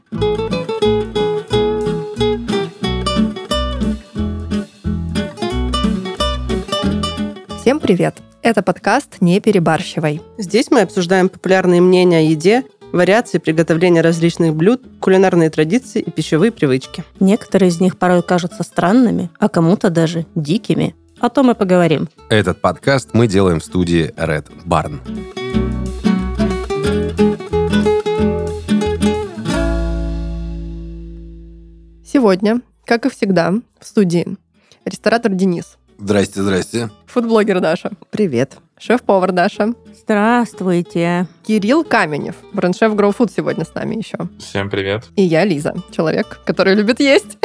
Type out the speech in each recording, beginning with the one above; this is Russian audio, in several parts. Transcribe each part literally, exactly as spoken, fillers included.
Всем привет! Это подкаст «Не перебарщивай». Здесь мы обсуждаем популярные мнения о еде, вариации приготовления различных блюд, кулинарные традиции и пищевые привычки. Некоторые из них порой кажутся странными, а кому-то даже дикими. О том и поговорим. Этот подкаст мы делаем в студии Red Barn. Сегодня, как и всегда, в студии ресторатор Денис. Здрасте, здрасте. Фудблогер Даша. Привет. Шеф-повар Даша. Здравствуйте. Кирилл Каменев, бренд-шеф Grow Food сегодня с нами еще. Всем привет. И я Лиза, человек, который любит есть.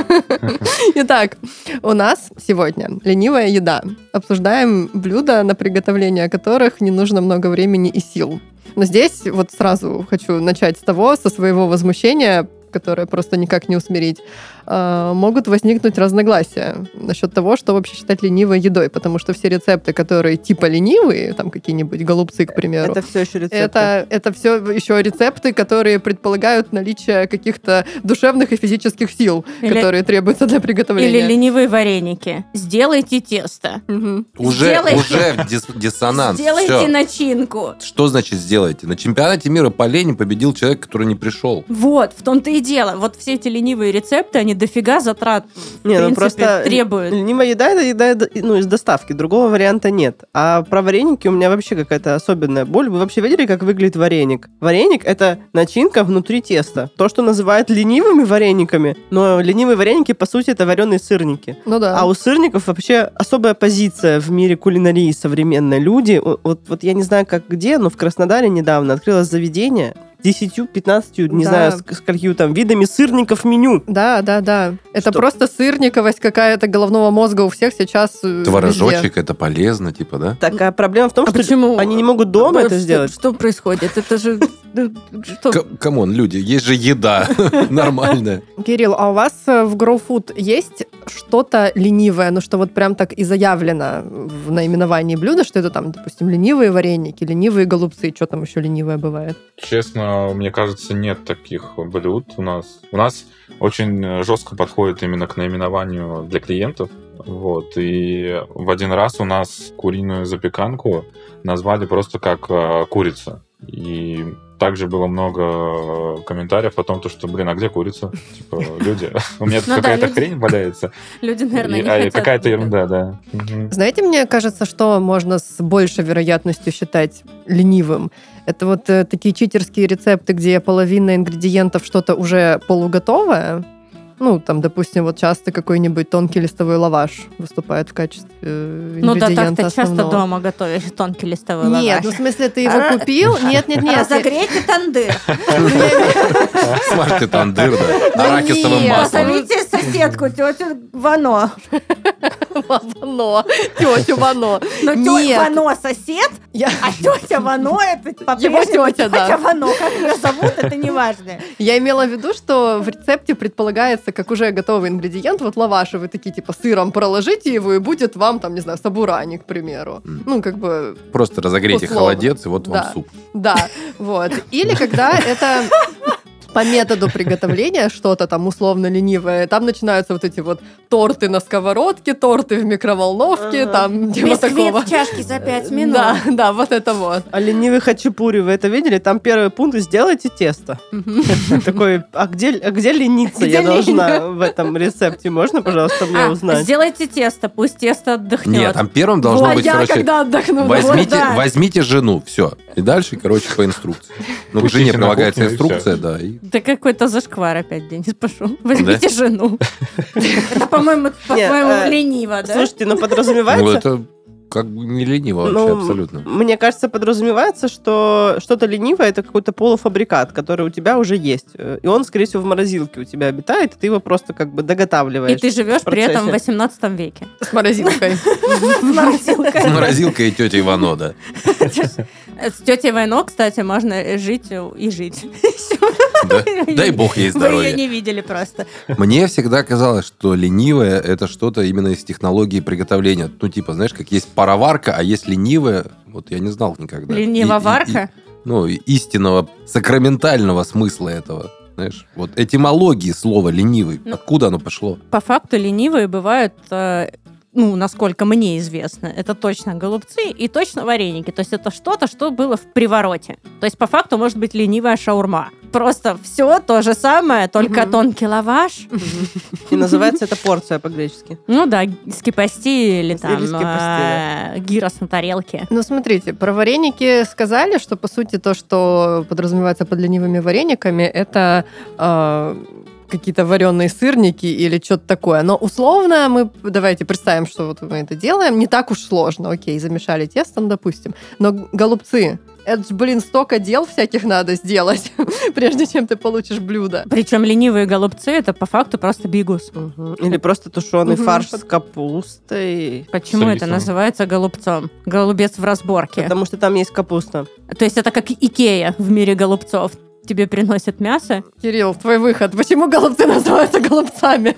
Итак, у нас сегодня ленивая еда. Обсуждаем блюда, на приготовление которых не нужно много времени и сил. Но здесь вот сразу хочу начать с того, со своего возмущения, которое просто никак не усмирить, э, могут возникнуть разногласия насчет того, что вообще считать ленивой едой, потому что все рецепты, которые типа ленивые, там какие-нибудь голубцы, к примеру, это все еще рецепты. Это, это все еще рецепты, которые предполагают наличие каких-то душевных и физических сил, или, которые требуются для приготовления. Или ленивые вареники. Сделайте тесто. Угу. Уже, сделайте, уже дис- диссонанс. Сделайте все. Начинку. Что значит сделайте? На чемпионате мира по лени победил человек, который не пришел. Вот, в том-то и дело. Вот все эти ленивые рецепты, они дофига затрат, в не, принципе, ну просто требуют. Ленивая еда — это еда, ну, из доставки. Другого варианта нет. А про вареники у меня вообще какая-то особенная боль. Вы вообще видели, как выглядит вареник? Вареник — это начинка внутри теста. То, что называют ленивыми варениками, но ленивые вареники, по сути, это вареные сырники. Ну да. А у сырников вообще особая позиция в мире кулинарии современной. Люди, вот, вот я не знаю, как где, но в Краснодаре недавно открылось заведение десятью-пятнадцатью, не да. знаю, сколькими там видами сырников меню. Да, да, да. Это Что? просто сырниковость какая-то головного мозга у всех сейчас. Творожочек, везде. Это полезно, типа, да? Такая проблема в том, а что почему? они не могут дома а это что, сделать. Что происходит? Это же... Камон, люди, есть же еда нормальная. Кирилл, а у вас в Grow Food есть что-то ленивое, ну что вот прям так и заявлено в наименовании блюда, что это там, допустим, ленивые вареники, ленивые голубцы, что там еще ленивое бывает? Честно, мне кажется, нет таких блюд у нас. У нас очень жестко подходит именно к наименованию для клиентов. Вот. И в один раз у нас куриную запеканку назвали просто как э, курица. И также было много комментариев о том, что, блин, а где курица? Типа, люди, у меня тут какая-то хрень валяется. Люди, наверное, не хотят. Какая-то ерунда, да. Знаете, мне кажется, что можно с большей вероятностью считать ленивым. Это вот такие читерские рецепты, где половина ингредиентов что-то уже полуготовое. Ну, там, допустим, вот часто какой-нибудь тонкий листовой лаваш выступает в качестве э, ну да, ингредиента так ты часто основного. дома готовишь тонкий листовой лаваш. Нет, ну в смысле, ты его купил? Нет, нет, нет. Разогрейте тандыр. Смажьте тандыр, да, арахисовым маслом. Позовите соседку, тетю Вано. Вано. Тетю Вано. Но тетя Вано сосед, Я... а тетя Вано это Его тетя, да. Тетя Вано, как ее зовут, это не важно. Я имела в виду, что в рецепте предполагается как уже готовый ингредиент, вот лаваш, и вы такие, типа, сыром проложите его, и будет вам, там, не знаю, сабурани, к примеру. Mm. Ну, как бы... Просто разогрейте условно. холодец, и вот да. вам суп. Да, вот. Или когда это... по методу приготовления что-то там условно ленивое, там начинаются вот эти вот торты на сковородке, торты в микроволновке, ага. там типа бисквит такого. в чашке за пять минут. Да, да, вот это вот. А ленивый хачапури, вы это видели? Там первый пункт — сделайте тесто. Такой, а где лениться я должна в этом рецепте? Можно, пожалуйста, мне узнать? Сделайте тесто, пусть тесто отдохнет. Нет, там первым должно быть, короче... когда отдохну. Возьмите жену, все. И дальше, короче, по инструкции. Ну, к жене прилагается инструкция, да. Да какой-то зашквар опять, Денис, пошел. Возьмите жену. Это, по-моему, по-моему, лениво, да? Слушайте, ну подразумевается... Ну, это как бы не лениво вообще, абсолютно. Мне кажется, подразумевается, что что-то ленивое — это какой-то полуфабрикат, который у тебя уже есть. И он, скорее всего, в морозилке у тебя обитает, и ты его просто как бы доготавливаешь. И ты живешь при этом в восемнадцатом веке. С морозилкой. С морозилкой. С морозилкой и тетей Вано, да. С тетей Вано, кстати, можно жить и жить. Да? Дай бог ей здоровья. Вы ее не видели просто. Мне всегда казалось, что ленивое — это что-то именно из технологии приготовления. Ну, типа, знаешь, как есть пароварка, а есть ленивое. Вот я не знал никогда. Ленивоварка? И, и, и, ну, истинного, сакраментального смысла этого. Знаешь, вот этимологии слова «ленивый», Ну, откуда оно пошло? По факту ленивые бывают, э, ну, насколько мне известно, это точно голубцы и точно вареники. То есть это что-то, что было в привороте. То есть по факту может быть ленивая шаурма. Просто все то же самое, только Мгм. тонкий лаваш. И называется это порция по-гречески. Ну да, скипасти или там Или скипасти, э, гирос на тарелке. Ну, смотрите, про вареники сказали, что, по сути, то, что подразумевается под ленивыми варениками, это э, какие-то вареные сырники или что-то такое. Но условно мы, давайте представим, что вот мы это делаем, не так уж сложно. Окей, замешали тесто, ну, допустим. Но голубцы, это ж, блин, столько дел всяких надо сделать, прежде чем ты получишь блюдо. Причем ленивые голубцы это по факту просто бигус. Мгм. Или просто тушеный Мгм. фарш с капустой. Почему С это рисом. называется голубцом? Голубец в разборке. Потому что там есть капуста. То есть это как Икея в мире голубцов. Тебе приносят мясо. Кирилл, твой выход. Почему голубцы называются голубцами?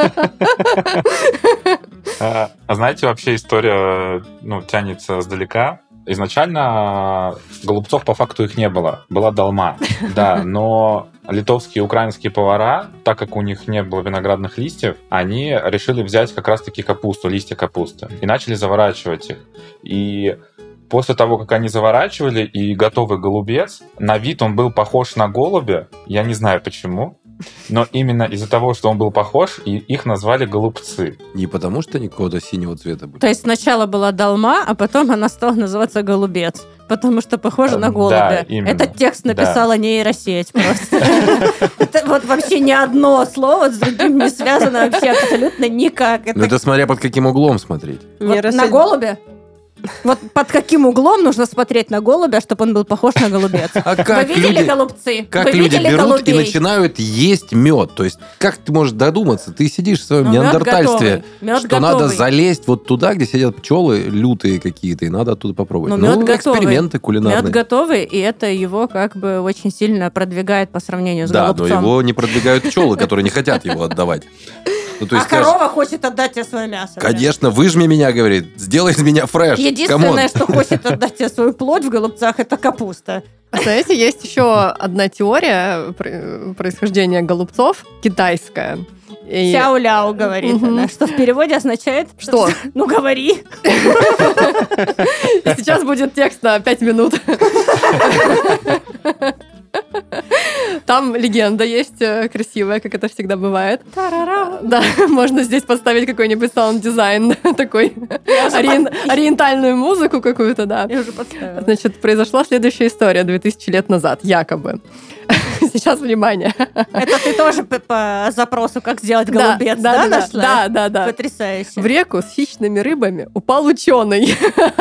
А а знаете, вообще история ну, тянется сдалека. Изначально голубцов по факту их не было. Была долма. Да, но литовские и украинские повара, так как у них не было виноградных листьев, они решили взять как раз-таки капусту, листья капусты, и начали заворачивать их. И после того, как они заворачивали, и готовый голубец, на вид он был похож на голубя. Я не знаю почему. Но именно из-за того, что он был похож, и их назвали голубцы. Не потому, что они какого-то синего цвета были. То есть сначала была долма, а потом она стала называться голубец. Потому что похоже на Да, голубя. именно. Этот текст Да. написала нейросеть просто. Это вот вообще ни одно слово с другим не связано вообще абсолютно никак. Ну, это смотря под каким углом смотреть. Вот Нейросеть- на голубя? Вот под каким углом нужно смотреть на голубя, чтобы он был похож на голубец? А Вы как видели люди, голубцы? как Вы люди видели берут голубей? и начинают есть мед? То есть, как ты можешь додуматься? Ты сидишь в своем Ну, мед неандертальстве, готовый. Мед что надо готовый. залезть вот туда, где сидят пчелы лютые какие-то, и надо оттуда попробовать. Ну, Ну, мед готовый. эксперименты Мед кулинарные. готовый, и это его как бы очень сильно продвигает по сравнению с Да, но голубцом. его не продвигают пчелы, которые не хотят его отдавать. Ну, то А есть, скажешь, корова хочет отдать тебе свое мясо. блин. конечно, выжми меня, говорит, сделай из меня фреш. Единственное, Камон. что хочет отдать тебе свою плоть в голубцах, это капуста. Знаете, есть еще одна теория про- происхождения голубцов, китайская. И- Сяо-ляо, говорит Мгм. она. Что в переводе означает... Что? Ну, говори. И сейчас будет текст на пять минут. Там легенда есть э, красивая, как это всегда бывает. Тарара. Да, можно здесь поставить какой-нибудь саунд-дизайн, такой ориен- ориентальную музыку какую-то, да. Я уже подставила. Значит, произошла следующая история две тысячи лет назад, якобы. Сейчас, внимание. Это ты тоже по, по запросу, как сделать Да, голубец, да, да, да, нашла? да, да, да. Потрясающе. В реку с хищными рыбами упал ученый.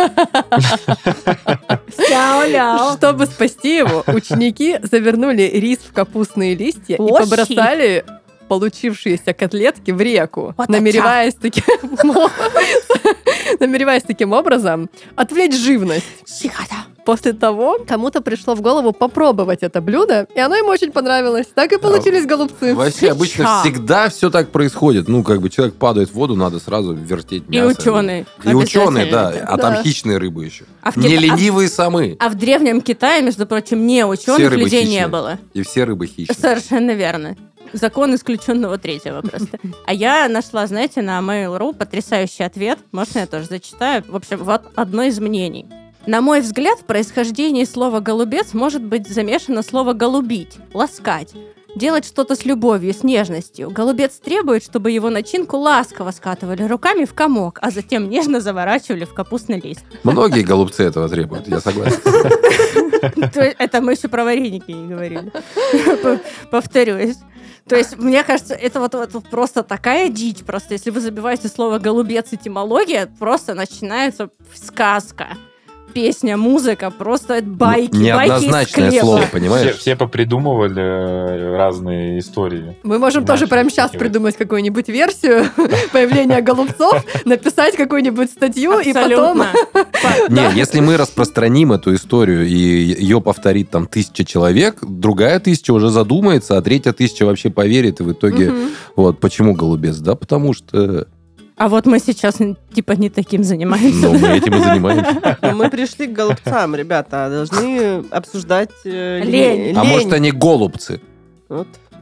Сяо-ляо. Чтобы спасти его, ученики завернули рис в капустные листья и Ощи. побросали получившиеся котлетки в реку, Вот намереваясь таким, намереваясь таким образом отвлечь живность. Сихата. После того кому-то пришло в голову попробовать это блюдо, и оно им очень понравилось. Так и получились голубцы. Вообще, обычно Ша. всегда все так происходит. Ну, как бы человек падает в воду, надо сразу вертеть И мясо. ученый. И ученые, да. Обязательно. А Да. там хищные рыбы еще. А в Не Кита- ленивые самы. А в древнем Китае, между прочим, не ученых рыбы людей хищные. не было. И все рыбы хищные. Совершенно верно. Закон исключенного третьего просто. А я нашла, знаете, на Mail.ru потрясающий ответ. Можно я тоже зачитаю? В общем, вот одно из мнений. На мой взгляд, в происхождении слова «голубец» может быть замешано слово «голубить», «ласкать», делать что-то с любовью, с нежностью. Голубец требует, чтобы его начинку ласково скатывали руками в комок, а затем нежно заворачивали в капустный лист. Многие голубцы этого требуют, я согласен. То есть это мы еще про вареники не говорили. П- Повторюсь. То есть, мне кажется, это вот, вот просто такая дичь. Просто если вы забиваете слово «голубец» этимология, просто начинается сказка. Песня, музыка, просто это байки, байки из Неоднозначное склепа. слово, Все, понимаешь? все попридумывали э, разные истории. Мы можем Иначе тоже прямо сейчас красиво. придумать какую-нибудь версию появления голубцов, написать какую-нибудь статью и потом... Абсолютно. Не, если мы распространим эту историю и ее повторит там тысяча человек, другая тысяча уже задумается, а третья тысяча вообще поверит, и в итоге Мгм. вот почему голубец, да, потому что А вот мы сейчас типа не таким занимаемся. ну, мы этим и занимаемся. Но мы пришли к голубцам, ребята, а должны обсуждать... э, Лень. А может они голубцы? Вот.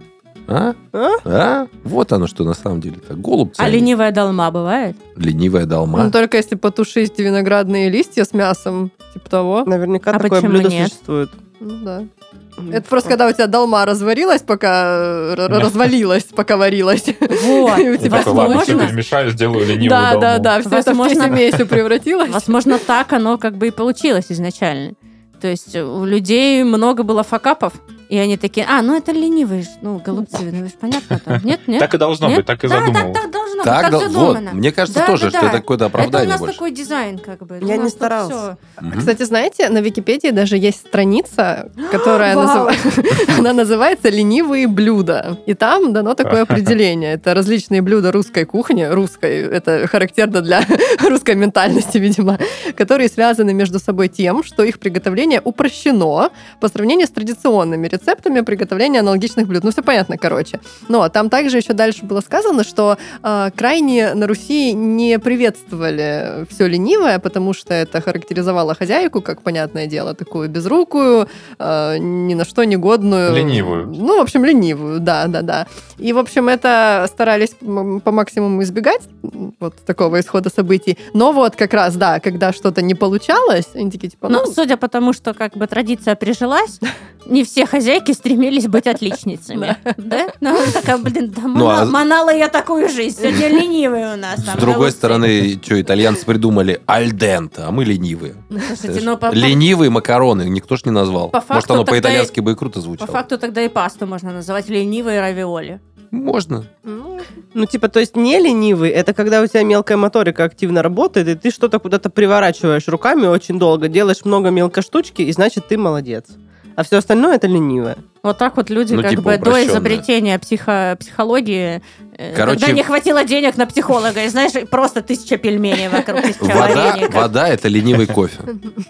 А? А? А? Вот оно что на самом деле. Так, голубцы. А они. ленивая долма бывает? Ленивая долма. Ну, только если потушить виноградные листья с мясом, типа того. Наверняка А такое почему блюдо нет? существует. Ну да. Это просто когда у тебя долма разварилась, пока э, р- развалилась, пока варилась. Вот. И у И тебя такой, ладно, все Возможно, перемешаю, сделаю ленивую Да, долму. да, да, все это в Возможно- смесью превратилось. возможно, так оно как бы и получилось изначально. То есть у людей много было факапов, и они такие, а, ну это ленивые, ж, ну, голубцы, ну, ж понятно там. Нет, нет? Так и должно Нет? быть, так и Да, задумал. так, так должно Так, быть, да, так вот, задумано. мне кажется Да, тоже, да, что да. это какое-то Это у оправдание нас больше. такой дизайн, как бы. Я У не нас тут старался. всё. Мгм. Кстати, знаете, на Википедии даже есть страница, которая Вау. называ- она называется «Ленивые блюда». И там дано такое определение. Это различные блюда русской кухни, русской, это характерно для русской ментальности, видимо, которые связаны между собой тем, что их приготовление упрощено по сравнению с традиционными рецептами приготовления аналогичных блюд. Ну, все понятно, короче. Но там также еще дальше было сказано, что э, крайне на Руси не приветствовали все ленивое, потому что это характеризовало хозяйку, как понятное дело, такую безрукую, э, ни на что негодную. Ленивую. Ну, в общем, ленивую, да, да, да. И, в общем, это старались м, по максимуму избегать м, вот такого исхода событий. Но вот как раз, да, когда что-то не получалось, они такие, типа, Ну, ну, судя по тому, что как бы традиция прижилась, не все хозяйки стремились быть отличницами. Да? Ну, такая, блин, да Ну, мана- а- манала я такую жизнь. Сегодня ленивые у нас. С там, другой голубцы. стороны, что, итальянцы придумали альденте, а мы ленивые. Слушайте, ну, по, по- Ленивые макароны, никто ж не назвал. По Может, факту оно тогда по-итальянски бы и круто по звучало. факту тогда и пасту можно называть ленивые равиоли. Можно. ну, Ну, типа, то есть не ленивый, это когда у тебя мелкая моторика активно работает, и ты что-то куда-то приворачиваешь руками очень долго, делаешь много мелкой штучки, и значит, ты молодец. А все остальное это ленивое. Вот так вот люди Ну, как типа бы до упрощенное. изобретения психо- психологии, э, Короче- когда не хватило денег на психолога, и знаешь, просто тысяча пельменей вокруг, тысяча Вода, вареников. вода – это ленивый кофе.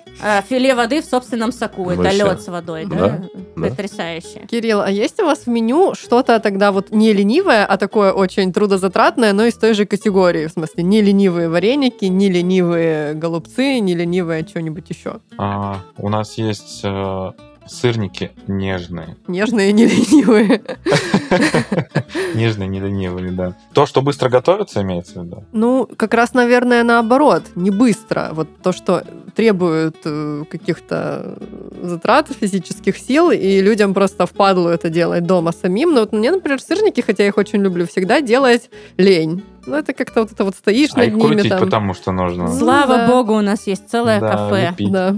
А филе воды в собственном соку, это Вообще. лед с водой, да? Да, да. Потрясающе. Кирилл, а есть у вас в меню что-то тогда вот не ленивое, а такое очень трудозатратное, но из той же категории? В смысле, не ленивые вареники, не ленивые голубцы, не ленивое что-нибудь еще? А, у нас есть э, сырники нежные. Нежные, не ленивые. Нежные, не ленивые, да. То, что быстро готовится, имеется в виду? Ну, как раз, наверное, наоборот, не быстро. Вот то, что требует э, каких-то затрат физических сил, и людям просто впадло это делать дома самим. Но вот мне, например, сырники, хотя я их очень люблю, всегда делать лень. Ну, это как-то вот это вот стоишь А над их ними крутить, там. потому что нужно. Ну, Слава да. богу, у нас есть целое Да, кафе. лепить. Да.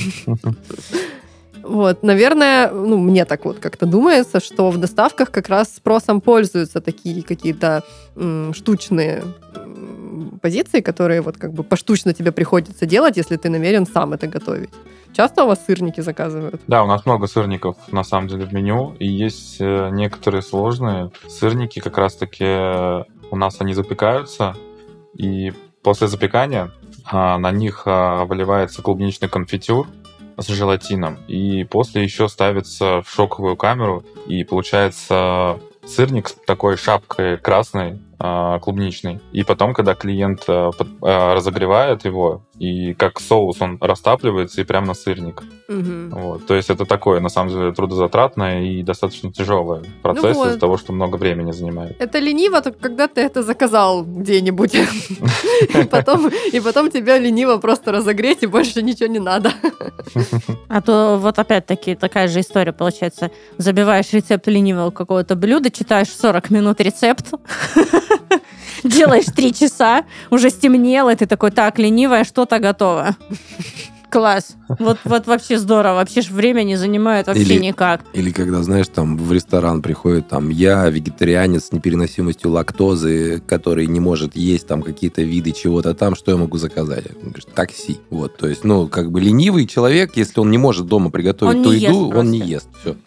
Вот, наверное, ну, мне так вот как-то думается, что в доставках как раз спросом пользуются такие какие-то м, штучные м, позиции, которые вот как бы поштучно тебе приходится делать, если ты намерен сам это готовить. Часто у вас сырники заказывают? Да, у нас много сырников на самом деле в меню, и есть э, некоторые сложные сырники, как раз-таки э, у нас они запекаются, и после запекания а, на них а, выливается клубничный конфитюр с желатином, и после еще ставится в шоковую камеру, и получается сырник с такой шапкой красной, а, клубничной. И потом, когда клиент а, под- а, разогревает его, и как соус он растапливается и прямо на сырник. Мгм. Вот. То есть это такое, на самом деле, трудозатратное и достаточно тяжелый процесс вот. из-за того, что много времени занимает. Это лениво, только когда ты это заказал где-нибудь. И потом, и потом тебя лениво просто разогреть, и больше ничего не надо. А то вот опять-таки такая же история получается. Забиваешь рецепт ленивого какого-то блюда, читаешь сорок минут рецепт, делаешь три часа, уже стемнело, и ты такой, так, ленивая, что-то готово. Класс. Вот, вот вообще здорово. Вообще ж время не занимает вообще Или- никак. Или когда, знаешь, там в ресторан приходит там я, вегетарианец с непереносимостью лактозы, который не может есть там какие-то виды чего-то там, что я могу заказать? Он говорит, такси. Вот, то есть, ну, как бы ленивый человек, если он не может дома приготовить Он ту не ест еду, он не просто. ест. Все.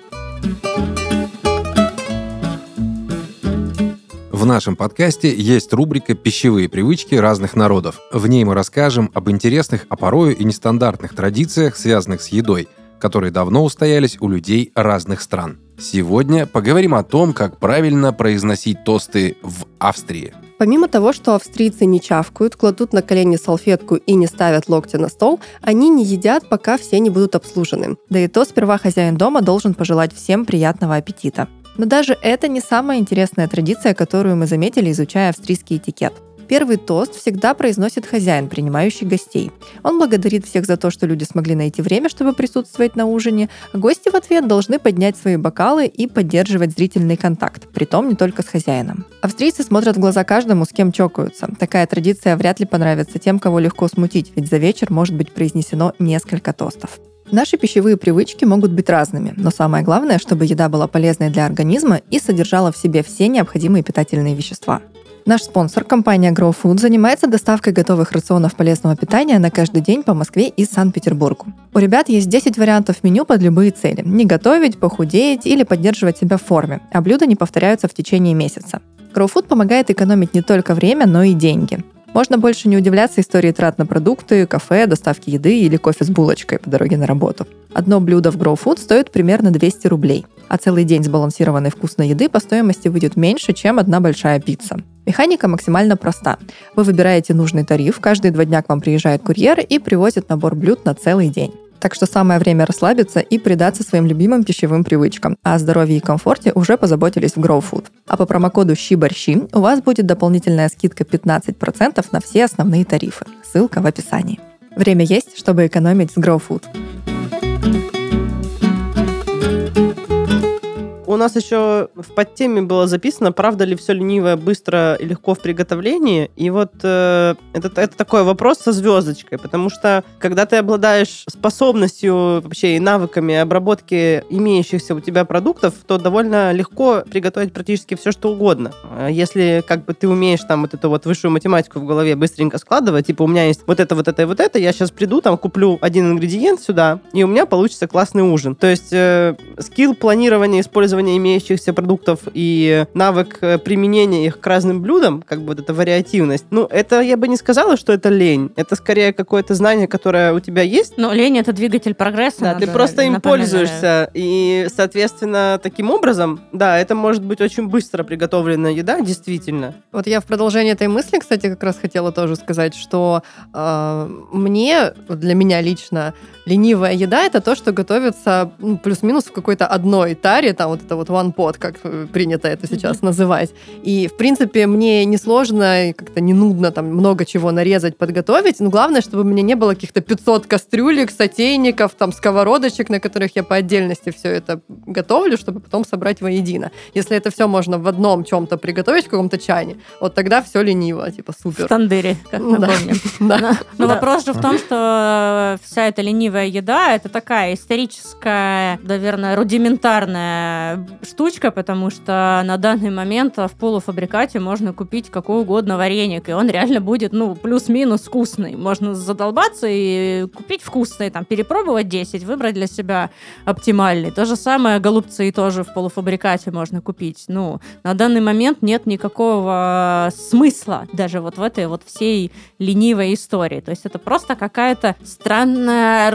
В нашем подкасте есть рубрика «Пищевые привычки разных народов». В ней мы расскажем об интересных, а порою и нестандартных традициях, связанных с едой, которые давно устоялись у людей разных стран. Сегодня поговорим о том, как правильно произносить тосты в Австрии. Помимо того, что австрийцы не чавкают, кладут на колени салфетку и не ставят локти на стол, они не едят, пока все не будут обслужены. Да и то сперва хозяин дома должен пожелать всем приятного аппетита. Но даже это не самая интересная традиция, которую мы заметили, изучая австрийский этикет. Первый тост всегда произносит хозяин, принимающий гостей. Он благодарит всех за то, что люди смогли найти время, чтобы присутствовать на ужине, а гости в ответ должны поднять свои бокалы и поддерживать зрительный контакт, притом не только с хозяином. Австрийцы смотрят в глаза каждому, с кем чокаются. Такая традиция вряд ли понравится тем, кого легко смутить, ведь за вечер может быть произнесено несколько тостов. Наши пищевые привычки могут быть разными, но самое главное, чтобы еда была полезной для организма и содержала в себе все необходимые питательные вещества. Наш спонсор, компания Grow Food, занимается доставкой готовых рационов полезного питания на каждый день по Москве и Санкт-Петербургу. У ребят есть десять вариантов меню под любые цели. Не готовить, похудеть или поддерживать себя в форме, а блюда не повторяются в течение месяца. Grow Food помогает экономить не только время, но и деньги. Можно больше не удивляться истории трат на продукты, кафе, доставки еды или кофе с булочкой по дороге на работу. Одно блюдо в Grow Food стоит примерно двести рублей, а целый день сбалансированной вкусной еды по стоимости выйдет меньше, чем одна большая пицца. Механика максимально проста. Вы выбираете нужный тариф, каждые два дня к вам приезжает курьер и привозит набор блюд на целый день. Так что самое время расслабиться и предаться своим любимым пищевым привычкам, а о здоровье и комфорте уже позаботились в Grow Food. А по промокоду щи-борщи у вас будет дополнительная скидка пятнадцать процентов на все основные тарифы. Ссылка в описании. Время есть, чтобы экономить с Grow Food. У нас еще в подтеме было записано, правда ли все ленивое быстро и легко в приготовлении. И вот э, это, это такой вопрос со звездочкой, потому что когда ты обладаешь способностью вообще и навыками обработки имеющихся у тебя продуктов, то довольно легко приготовить практически все, что угодно. Если как бы ты умеешь там вот эту вот высшую математику в голове быстренько складывать, типа у меня есть вот это, вот это и вот это, я сейчас приду, там куплю один ингредиент сюда, и у меня получится классный ужин. То есть э, скилл планирования, использования имеющихся продуктов и навык применения их к разным блюдам, как бы вот эта вариативность, ну, это я бы не сказала, что это лень. Это скорее какое-то знание, которое у тебя есть. Но лень — это двигатель прогресса. Да, ты просто им пользуешься. И, соответственно, таким образом, да, это может быть очень быстро приготовленная еда, действительно. Вот я в продолжение этой мысли, кстати, как раз хотела тоже сказать, что э, мне, для меня лично, ленивая еда — это то, что готовится ну, плюс-минус в какой-то одной таре, там вот это вот one pot, как принято это сейчас mm-hmm. называть. И, в принципе, мне несложно, как-то не нудно там много чего нарезать, подготовить, но главное, чтобы у меня не было каких-то пятьсот кастрюлек, сотейников, там, сковородочек, на которых я по отдельности все это готовлю, чтобы потом собрать воедино. Если это все можно в одном чем-то приготовить, в каком-то чане, вот тогда все лениво, типа супер. В тандыре, как мы помним. Но вопрос же в том, что вся эта ленивая еда — это такая историческая, наверное, рудиментарная штучка, потому что на данный момент в полуфабрикате можно купить какой угодно вареник, и он реально будет, ну, плюс-минус вкусный. Можно задолбаться и купить вкусный, там, перепробовать десять, выбрать для себя оптимальный. То же самое голубцы тоже в полуфабрикате можно купить. Ну, на данный момент нет никакого смысла даже вот в этой вот всей ленивой истории. То есть это просто какая-то странная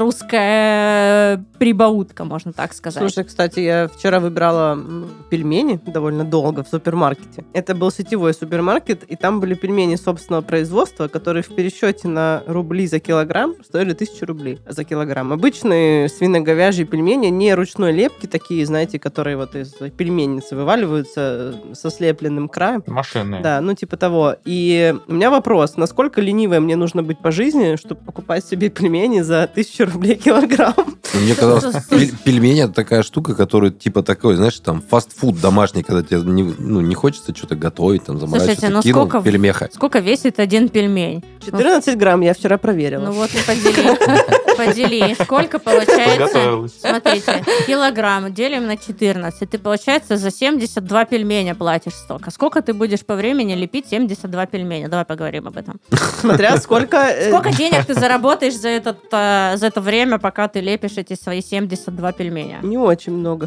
русская прибаутка, можно так сказать. Слушай, кстати, я вчера выбирала пельмени довольно долго в супермаркете. Это был сетевой супермаркет, и там были пельмени собственного производства, которые в пересчете на рубли за килограмм стоили тысячу рублей за килограмм. Обычные свино-говяжьи пельмени, не ручной лепки, такие, знаете, которые вот из пельменницы вываливаются со слепленным краем. Машинные. Да, ну типа того. И у меня вопрос, насколько ленивой мне нужно быть по жизни, чтобы покупать себе пельмени за тысячу рублей килограмм? Мне казалось, пельмени — это такая штука, которая типа такой, знаешь, там, фастфуд домашний, когда тебе не, ну, не хочется что-то готовить, там, заморачиваться, Слушайте, ну кинул сколько, пельмеха. Сколько весит один пельмень? четырнадцать грамм, я вчера проверила. Ну вот и подели. Подели. Сколько получается? Смотрите, килограмм делим на четырнадцать. Ты, получается, за семьдесят два пельменя платишь столько. Сколько ты будешь по времени лепить семьдесят два пельменя? Давай поговорим об этом. Смотря сколько... Сколько денег ты заработаешь за, этот, за это время, пока ты лепишь эти свои семьдесят два пельменя? Не очень много.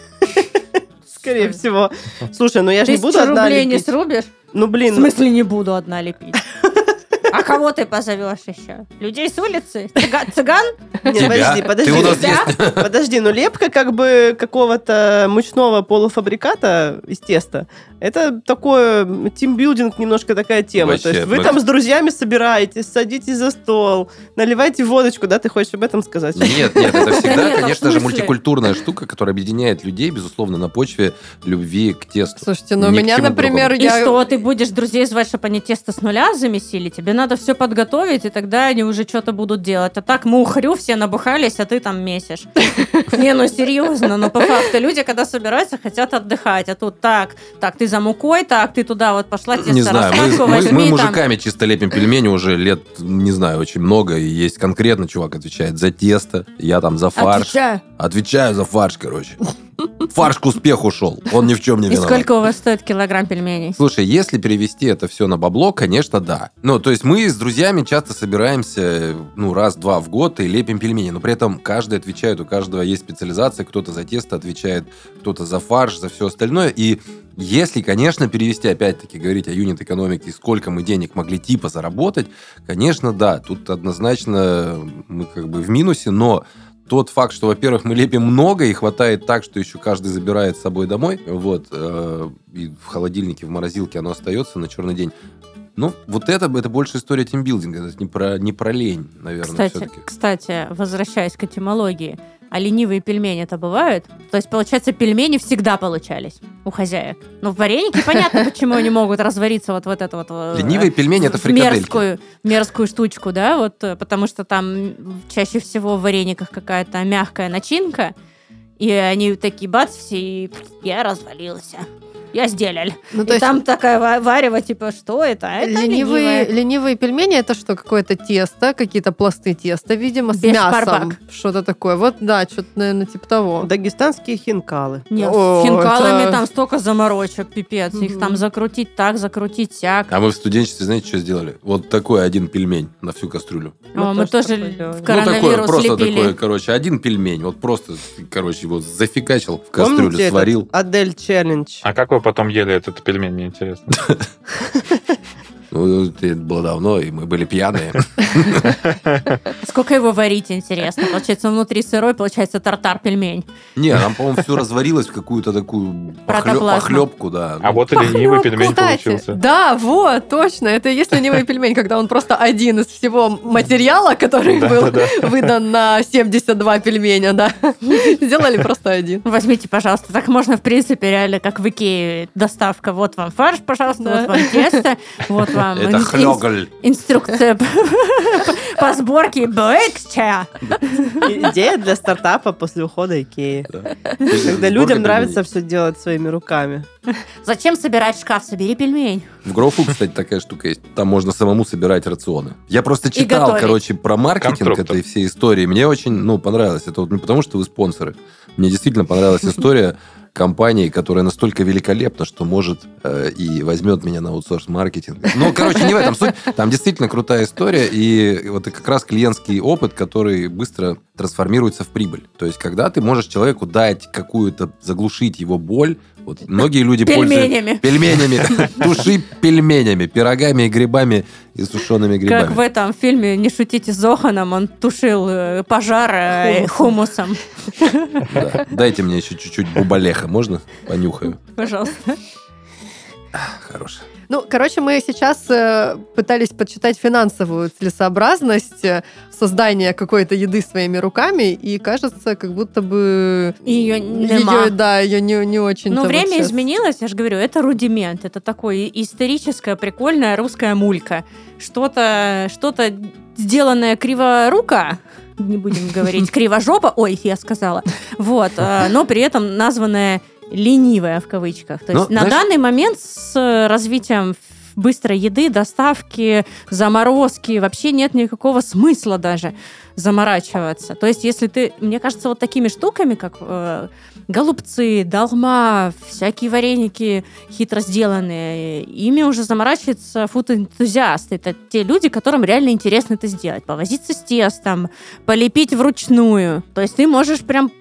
Скорее всего. Слушай, ну я же не буду одна лепить. Тысячу рублей не срубишь? Ну, блин. В смысле не буду одна лепить? А кого ты позовешь еще? Людей с улицы? Цыга- Цыган? Нет, Тебя? подожди, подожди. Ты у нас Да? есть. Подожди, ну лепка как бы какого-то мучного полуфабриката из теста. Это такое тимбилдинг, немножко такая тема. Вообще, То есть вы мы- там с друзьями собираетесь, садитесь за стол, наливайте водочку, да? Ты хочешь об этом сказать? Нет, нет, это всегда, Нет, а в конечно же, смысле? мультикультурная штука, которая объединяет людей, безусловно, на почве любви к тесту. Слушайте, ну у Ни к меня, чему например, И я... что, ты будешь друзей звать, чтобы они тесто с нуля замесили? Тебе надо все подготовить, и тогда они уже что-то будут делать. А так мы ухрю, все набухались, а ты там месишь. Не, ну серьезно, но по факту люди, когда собираются, хотят отдыхать. А тут так, так, ты за мукой, так, ты туда вот пошла, тесто Не знаю, мы, раскатку мы- возьми мы там. мужиками чисто лепим пельмени уже лет, не знаю, очень много. И есть конкретно чувак отвечает за тесто, я там за фарш. Отвечаю. Отвечаю за фарш, короче. Фарш к успеху шел, он ни в чем не И виноват. сколько у вас стоит килограмм пельменей? Слушай, если перевести это все на бабло, конечно, да. Ну, то есть мы с друзьями часто собираемся, ну, раз-два в год и лепим пельмени, но при этом каждый отвечает, у каждого есть специализация, кто-то за тесто отвечает, кто-то за фарш, за все остальное. И если, конечно, перевести, опять-таки, говорить о юнит-экономике, сколько мы денег могли типа заработать, конечно, да, тут однозначно мы как бы в минусе, но тот факт, что, во-первых, мы лепим много и хватает так, что еще каждый забирает с собой домой, вот, э, и в холодильнике, в морозилке оно остается на черный день. Ну, вот это, это больше история тимбилдинга, это не про, не про лень, наверное, Кстати, все-таки. кстати, возвращаясь к этимологии, а ленивые пельмени это бывают? То есть, получается, пельмени всегда получались у хозяек. Ну, вареники, понятно, почему они могут развариться вот в это вот... э, Ленивые пельмени — это в фрикадельки. мерзкую, мерзкую штучку, да, вот, э, потому что там чаще всего в варениках какая-то мягкая начинка, и они такие бац, все, и я развалился. Я сделал. Ну, И то есть там такая ва- варево, типа, что это? А это ленивые, ленивое. ленивые пельмени это что, какое-то тесто, какие-то пласты теста, видимо, с Бешбарбак. мясом. Что-то такое. Вот, да, что-то, наверное, типа того. Дагестанские хинкалы. Нет, О, с хинкалами это- там столько заморочек, пипец. Их Мгм. там закрутить так, закрутить сяк. А мы в студенчестве, знаете, что сделали? Вот такой один пельмень на всю кастрюлю. О, мы тоже такое делали. в Ну, такое, коронавирус просто лепили. такое, короче, один пельмень. Вот просто, короче, его зафигачил в кастрюлю, Помните этот сварил. Адель челлендж? А как вы потом ели этот пельмень, мне интересно? Ну, это было давно, и мы были пьяные. Сколько его варить, интересно? Получается, он внутри сырой, получается тартар-пельмень. Не, нам, по-моему, все разварилось в какую-то такую Протоплазму. похлебку, да. А вот и ленивый пельмень Кстати, получился. да, вот, точно. Это и есть ленивый пельмень, когда он просто один из всего материала, который был выдан на семьдесят два пельменя, да. Сделали просто один. Возьмите, пожалуйста. Так можно, в принципе, реально, как в Икее, доставка. Вот вам фарш, пожалуйста, Да. вот вам тесто, вот вам Это ин- хлёголь. инструкция по- по сборке Бэкча. И- Идея для стартапа после ухода Икеи. Когда Сборка людям нравится пельменей. все делать своими руками. Зачем собирать шкаф? Собери пельмень. В Грофу, кстати, такая штука есть. Там можно самому собирать рационы. Я просто читал, готовить. короче, про маркетинг Конструктор. этой всей истории. Мне очень, ну, понравилось. Это вот не потому, что вы спонсоры. Мне действительно понравилась история компании, которая настолько великолепна, что может э, и возьмет меня на аутсорс-маркетинг. Ну, короче, не в этом суть. Там действительно крутая история, и вот это как раз клиентский опыт, который быстро трансформируется в прибыль. То есть, когда ты можешь человеку дать какую-то, заглушить его боль, вот многие люди пользуются... Пельменями. Пельменями. Туши пельменями, пирогами и грибами, и сушеными грибами. Как в этом фильме «Не шутите с Зоханом», он тушил э, пожар э, хумусом. Да. Дайте мне еще чуть-чуть бубалеха, можно? Понюхаю. Пожалуйста. Хорош. Ну, короче, мы сейчас э, пытались подсчитать финансовую целесообразность э, создания какой-то еды своими руками, и кажется, как будто бы Ее нема. ее, да, ее не, не очень. Ну, время изменилось, я же говорю, это рудимент. Это такое историческая, прикольная русская мулька. Что-то, что-то сделанное криворуко, не будем говорить кривожопа, ой, я сказала, вот, э, но при этом названное ленивая в кавычках. То Ну, есть на знаешь- данный момент с развитием быстрой еды, доставки, заморозки вообще нет никакого смысла даже заморачиваться. То есть если ты, мне кажется, вот такими штуками, как э, голубцы, долма, всякие вареники хитро сделанные, ими уже заморачиваются фуд-энтузиасты. Это те люди, которым реально интересно это сделать. Повозиться с тестом, полепить вручную. То есть ты можешь прям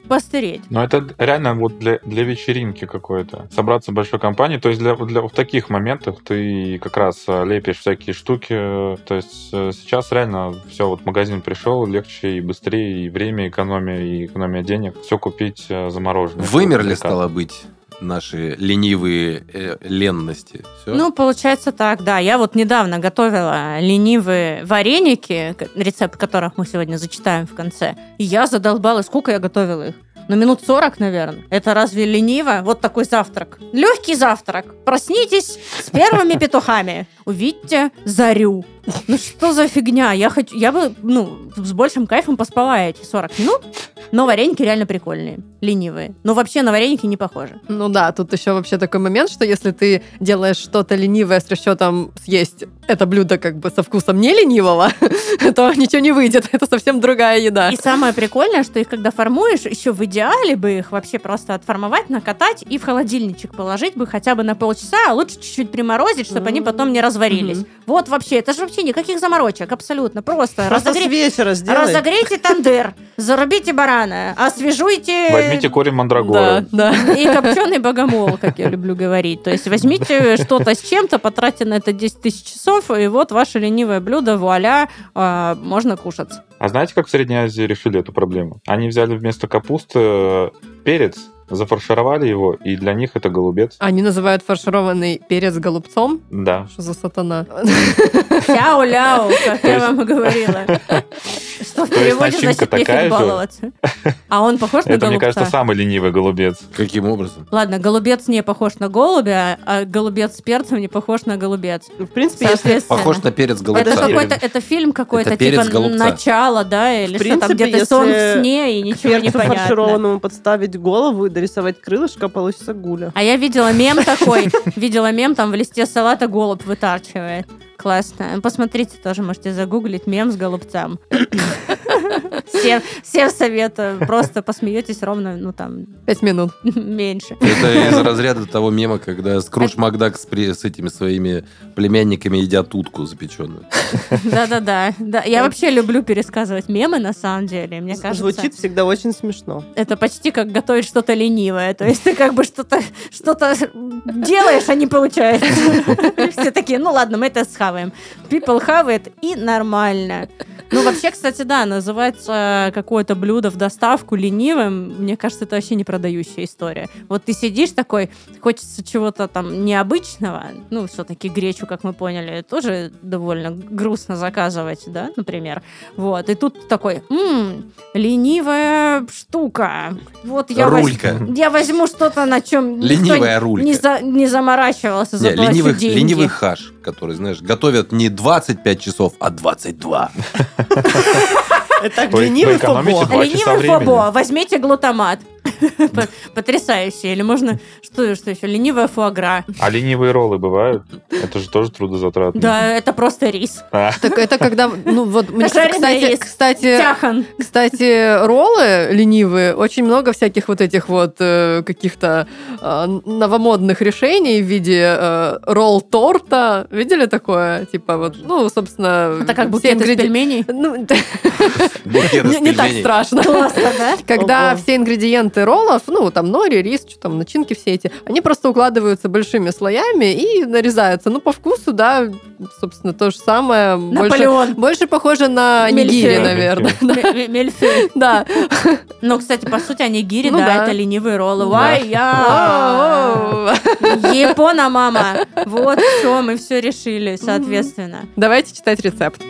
постыреть. Но это реально вот для, для вечеринки какой-то. Собраться в большой компании. То есть для, для, в таких моментах ты как раз лепишь всякие штуки. То есть сейчас реально все, вот в магазин пришел, легче и быстрее, и время экономия, и экономия денег. Все купить замороженное. Вымерли, стало быть, наши ленивые э, ленности. Все? Ну, получается так, да. Я вот недавно готовила ленивые вареники, рецепт которых мы сегодня зачитаем в конце. И я задолбалась, сколько я готовила их. Ну, минут сорок, наверное. Это разве лениво? Вот такой завтрак. Легкий завтрак. Проснитесь с первыми петухами. Увидьте зарю. Ну, что за фигня? Я, хочу, я бы, ну, с большим кайфом поспала эти сорок минут, но вареники реально прикольные, ленивые. Но вообще на вареники не похожи. Ну да, тут еще вообще такой момент, что если ты делаешь что-то ленивое с расчетом съесть это блюдо как бы со вкусом не ленивого, то ничего не выйдет. Это совсем другая еда. И самое прикольное, что их когда формуешь, еще в идеале бы их вообще просто отформовать, накатать и в холодильничек положить бы хотя бы на полчаса, а лучше чуть-чуть приморозить, чтобы mm-hmm. они потом не разварились. Mm-hmm. Вот вообще, это же вообще никаких заморочек, абсолютно. Просто, просто разогре... с вечера сделай. Разогрейте тандыр, зарубите барана, освежуйте... Возьмите корень мандрагоры. Да, да. И копченый богомол, как я люблю говорить. То есть возьмите что-то с чем-то, потратьте на это десять тысяч часов, и вот ваше ленивое блюдо, вуаля, э, можно кушать. А знаете, как в Средней Азии решили эту проблему? Они взяли вместо капусты перец, зафаршировали его, и для них это голубец. Они называют фаршированный перец голубцом? Да. Что за сатана? Ляу-ляу, как я вам и говорила. Что в переводе значит нефиг баловаться. А он похож на голубца? Это, мне кажется, самый ленивый голубец. Каким образом? Ладно, голубец не похож на голубя, а голубец с перцем не похож на голубец. В принципе, если... Похож на перец голубца. Это какой-то, это фильм какой-то, это типа голубца. начало, да, или в принципе, что там, где-то сон в сне и ничего не понятно. Фаршированному подставить голову и дорисовать крылышко, получится гуля. А я видела мем такой, видела мем, там в листе салата голубь вытарчивает. Классно. Посмотрите, тоже можете загуглить мем с голубцем. Всем, всем советую. Просто посмеетесь ровно, ну там... Пять минут. Меньше. Это из разряда того мема, когда Скрудж Макдак с, с этими своими племянниками едят утку запеченную. Да-да-да. Да. Я вообще люблю пересказывать мемы, на самом деле. Мне кажется... Звучит всегда очень смешно. Это почти как готовить что-то ленивое. То есть ты как бы что-то, что-то делаешь, а не получается. Все такие, ну ладно, мы это схаваем. People хавает, и нормально. Ну, вообще, кстати, да, называется какое-то блюдо в доставку ленивым. Мне кажется, это вообще не продающая история. Вот ты сидишь такой, хочется чего-то там необычного. Ну, все-таки гречу, как мы поняли, тоже довольно грустно заказывать, да, например. Вот, и тут такой, м-м, ленивая штука. Вот я, рулька. Воз... я возьму что-то, на чем ленивая рулька. Не, за... не заморачивался, не, заплачу ленивых, деньги. Ленивый хаш, который, знаешь, готовят не двадцать пять часов, а двадцать два. Это ленивый фобо. Ленивый фобо. Возьмите глутамат. Потрясающе. Или можно, что, что еще, ленивая фуагра. А ленивые роллы бывают? Это же тоже трудозатратно. Да, это просто рис. А. Так это когда, ну вот, мне, кстати, рис. кстати, Тяхан. Кстати, роллы ленивые, очень много всяких вот этих вот э, каких-то э, новомодных решений в виде э, ролл-торта. Видели такое? Типа вот, ну, собственно... Это как букет из пельменей? Не так страшно. Классно, да? Когда все ингредиенты роллов, ну, там нори, рис, что там, начинки все эти, они просто укладываются большими слоями и нарезаются. Ну, по вкусу, да, собственно, то же самое. Наполеон. Больше, больше похоже на нигири, наверное. Мельфей. Да. Ну, кстати, по сути, анигири, ну, да, да, это ленивые роллы. Вай, я! Япона, мама! Вот все, мы все решили, соответственно. Давайте читать рецепт.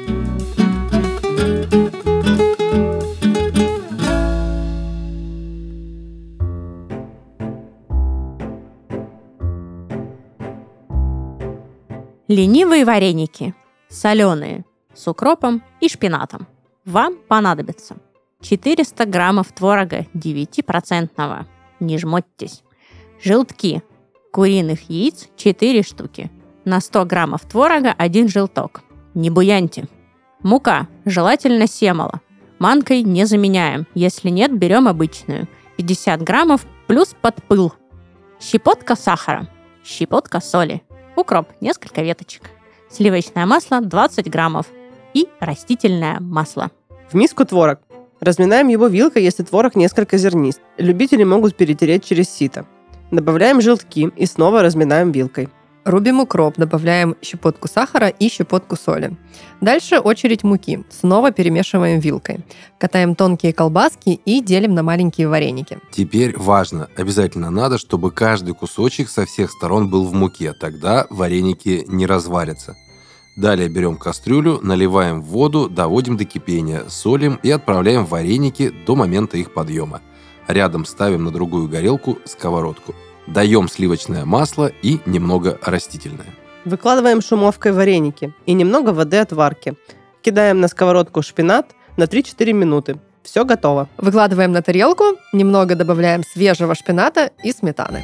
Ленивые вареники. Соленые. С укропом и шпинатом. Вам понадобится четыреста граммов творога девятипроцентного. Не жмотьтесь. Желтки куриных яиц четыре штуки. На сто граммов творога один желток. Не буяньте. Мука, желательно семола. Манкой не заменяем. Если нет, берем обычную. пятьдесят граммов плюс подпыл. Щепотка сахара. Щепотка соли. Укроп, несколько веточек. Сливочное масло двадцать граммов. И растительное масло. В миску творог. Разминаем его вилкой, если творог несколько зернист. Любители могут перетереть через сито. Добавляем желтки и снова разминаем вилкой. Рубим укроп, добавляем щепотку сахара и щепотку соли. Дальше очередь муки. Снова перемешиваем вилкой. Катаем тонкие колбаски и делим на маленькие вареники. Теперь важно, обязательно надо, чтобы каждый кусочек со всех сторон был в муке, тогда вареники не разварятся. Далее берем кастрюлю, наливаем воду, доводим до кипения, солим и отправляем вареники до момента их подъема. Рядом ставим на другую горелку сковородку. Даем сливочное масло и немного растительное. Выкладываем шумовкой вареники и немного воды от варки. Кидаем на сковородку шпинат на три-четыре минуты. Все готово. Выкладываем на тарелку, немного добавляем свежего шпината и сметаны.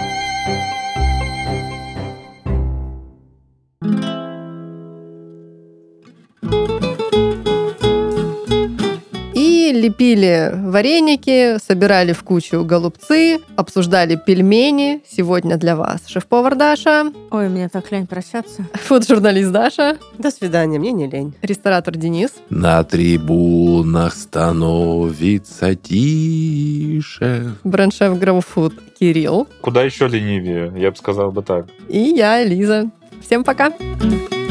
И лепили вареники, собирали в кучу голубцы, обсуждали пельмени. Сегодня для вас шеф-повар Даша, Ой, мне так лень прощаться. фуд-журналист Даша, До свидания, мне не лень. ресторатор Денис. На трибунах становится тише. Бренд-шеф Гроуфуд Кирилл Куда еще ленивее? Я бы сказал бы так. и я, Лиза. Всем пока!